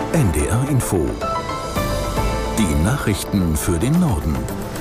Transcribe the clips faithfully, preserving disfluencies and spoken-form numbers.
N D R Info. Die Nachrichten für den Norden.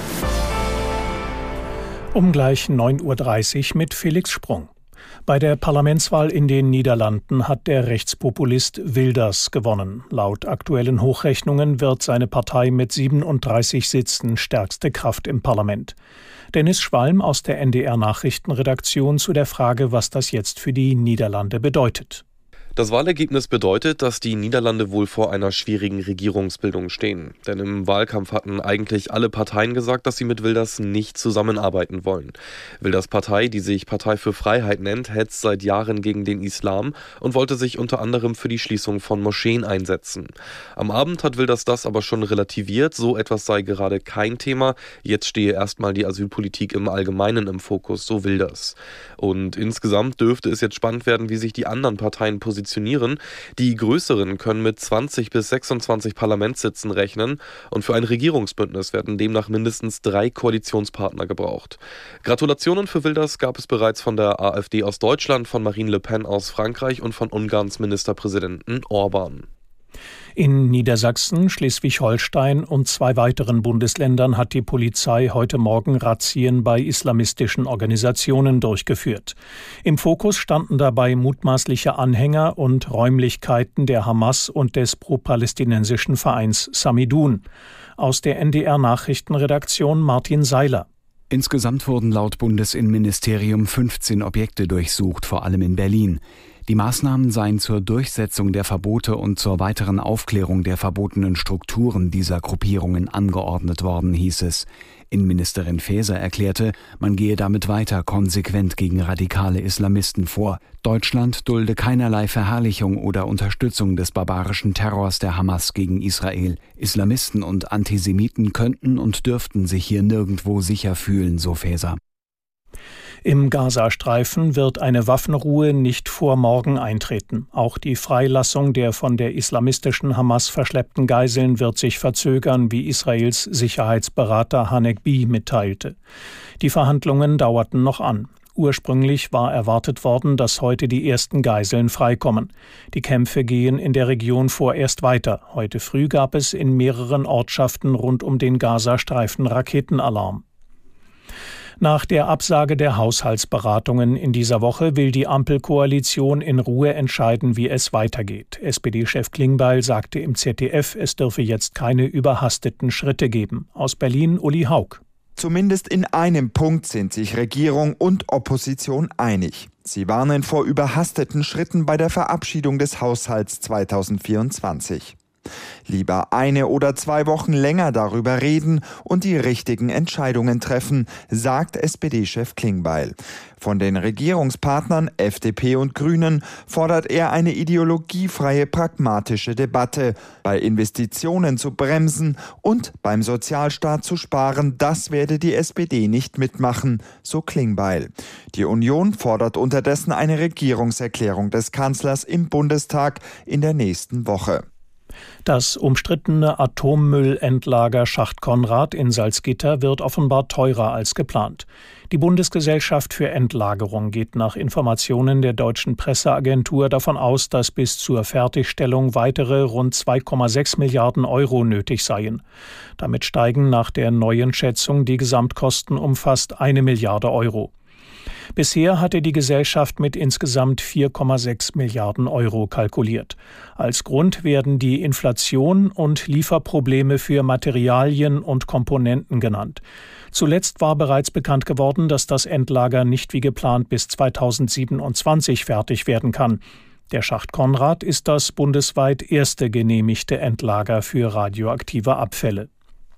Um gleich neun Uhr dreißig mit Felix Sprung. Bei der Parlamentswahl in den Niederlanden hat der Rechtspopulist Wilders gewonnen. Laut aktuellen Hochrechnungen wird seine Partei mit siebenunddreißig Sitzen stärkste Kraft im Parlament. Dennis Schwalm aus der N D R-Nachrichtenredaktion zu der Frage, was das jetzt für die Niederlande bedeutet. Das Wahlergebnis bedeutet, dass die Niederlande wohl vor einer schwierigen Regierungsbildung stehen. Denn im Wahlkampf hatten eigentlich alle Parteien gesagt, dass sie mit Wilders nicht zusammenarbeiten wollen. Wilders Partei, die sich Partei für Freiheit nennt, hetzt seit Jahren gegen den Islam und wollte sich unter anderem für die Schließung von Moscheen einsetzen. Am Abend hat Wilders das aber schon relativiert, so etwas sei gerade kein Thema. Jetzt stehe erstmal die Asylpolitik im Allgemeinen im Fokus, so Wilders. Und insgesamt dürfte es jetzt spannend werden, wie sich die anderen Parteien positionieren. Die größeren können mit zwanzig bis sechsundzwanzig Parlamentssitzen rechnen und für ein Regierungsbündnis werden demnach mindestens drei Koalitionspartner gebraucht. Gratulationen für Wilders gab es bereits von der AfD aus Deutschland, von Marine Le Pen aus Frankreich und von Ungarns Ministerpräsidenten Orban. In Niedersachsen, Schleswig-Holstein und zwei weiteren Bundesländern hat die Polizei heute Morgen Razzien bei islamistischen Organisationen durchgeführt. Im Fokus standen dabei mutmaßliche Anhänger und Räumlichkeiten der Hamas und des pro-palästinensischen Vereins Samidun. Aus der N D R-Nachrichtenredaktion Martin Seiler. Insgesamt wurden laut Bundesinnenministerium fünfzehn Objekte durchsucht, vor allem in Berlin. Die Maßnahmen seien zur Durchsetzung der Verbote und zur weiteren Aufklärung der verbotenen Strukturen dieser Gruppierungen angeordnet worden, hieß es. Innenministerin Faeser erklärte, man gehe damit weiter konsequent gegen radikale Islamisten vor. Deutschland dulde keinerlei Verherrlichung oder Unterstützung des barbarischen Terrors der Hamas gegen Israel. Islamisten und Antisemiten könnten und dürften sich hier nirgendwo sicher fühlen, so Faeser. Im Gazastreifen wird eine Waffenruhe nicht vor morgen eintreten. Auch die Freilassung der von der islamistischen Hamas verschleppten Geiseln wird sich verzögern, wie Israels Sicherheitsberater Hanegbi mitteilte. Die Verhandlungen dauerten noch an. Ursprünglich war erwartet worden, dass heute die ersten Geiseln freikommen. Die Kämpfe gehen in der Region vorerst weiter. Heute früh gab es in mehreren Ortschaften rund um den Gazastreifen Raketenalarm. Nach der Absage der Haushaltsberatungen in dieser Woche will die Ampelkoalition in Ruhe entscheiden, wie es weitergeht. S P D-Chef Klingbeil sagte im Z D F, es dürfe jetzt keine überhasteten Schritte geben. Aus Berlin Uli Haug. Zumindest in einem Punkt sind sich Regierung und Opposition einig. Sie warnen vor überhasteten Schritten bei der Verabschiedung des Haushalts zweitausendvierundzwanzig. Lieber eine oder zwei Wochen länger darüber reden und die richtigen Entscheidungen treffen, sagt S P D-Chef Klingbeil. Von den Regierungspartnern F D P und Grünen fordert er eine ideologiefreie, pragmatische Debatte. Bei Investitionen zu bremsen und beim Sozialstaat zu sparen, das werde die S P D nicht mitmachen, so Klingbeil. Die Union fordert unterdessen eine Regierungserklärung des Kanzlers im Bundestag in der nächsten Woche. Das umstrittene Atommüllendlager Schacht Konrad in Salzgitter wird offenbar teurer als geplant. Die Bundesgesellschaft für Endlagerung geht nach Informationen der deutschen Presseagentur davon aus, dass bis zur Fertigstellung weitere rund zwei Komma sechs Milliarden Euro nötig seien. Damit steigen nach der neuen Schätzung die Gesamtkosten um fast eine Milliarde Euro. Bisher hatte die Gesellschaft mit insgesamt vier Komma sechs Milliarden Euro kalkuliert. Als Grund werden die Inflation und Lieferprobleme für Materialien und Komponenten genannt. Zuletzt war bereits bekannt geworden, dass das Endlager nicht wie geplant bis zweitausendsiebenundzwanzig fertig werden kann. Der Schacht Konrad ist das bundesweit erste genehmigte Endlager für radioaktive Abfälle.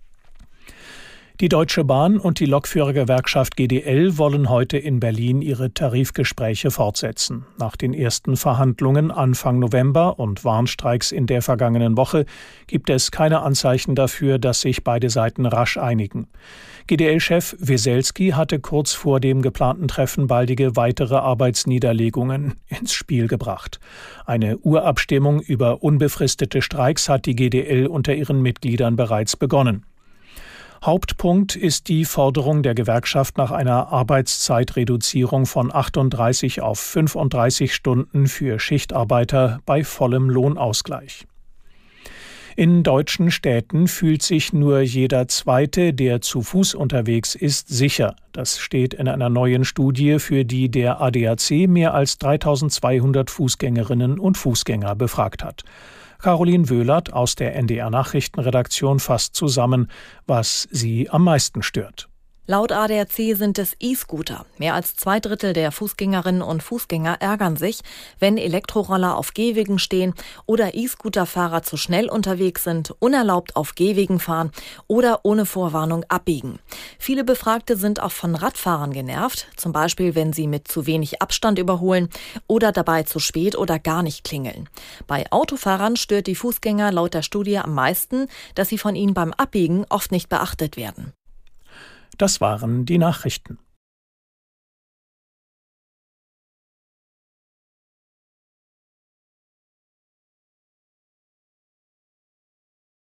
Die Deutsche Bahn und die Lokführergewerkschaft G D L wollen heute in Berlin ihre Tarifgespräche fortsetzen. Nach den ersten Verhandlungen Anfang November und Warnstreiks in der vergangenen Woche gibt es keine Anzeichen dafür, dass sich beide Seiten rasch einigen. G D L-Chef Weselski hatte kurz vor dem geplanten Treffen baldige weitere Arbeitsniederlegungen ins Spiel gebracht. Eine Urabstimmung über unbefristete Streiks hat die G D L unter ihren Mitgliedern bereits begonnen. Hauptpunkt ist die Forderung der Gewerkschaft nach einer Arbeitszeitreduzierung von achtunddreißig auf fünfunddreißig Stunden für Schichtarbeiter bei vollem Lohnausgleich. In deutschen Städten fühlt sich nur jeder Zweite, der zu Fuß unterwegs ist, sicher. Das steht in einer neuen Studie, für die der A D A C mehr als dreitausendzweihundert Fußgängerinnen und Fußgänger befragt hat. Caroline Wöhlert aus der N D R-Nachrichtenredaktion fasst zusammen, was sie am meisten stört. Laut A D A C sind es E-Scooter. Mehr als zwei Drittel der Fußgängerinnen und Fußgänger ärgern sich, wenn Elektroroller auf Gehwegen stehen oder E-Scooter-Fahrer zu schnell unterwegs sind, unerlaubt auf Gehwegen fahren oder ohne Vorwarnung abbiegen. Viele Befragte sind auch von Radfahrern genervt, zum Beispiel wenn sie mit zu wenig Abstand überholen oder dabei zu spät oder gar nicht klingeln. Bei Autofahrern stört die Fußgänger laut der Studie am meisten, dass sie von ihnen beim Abbiegen oft nicht beachtet werden. Das waren die Nachrichten.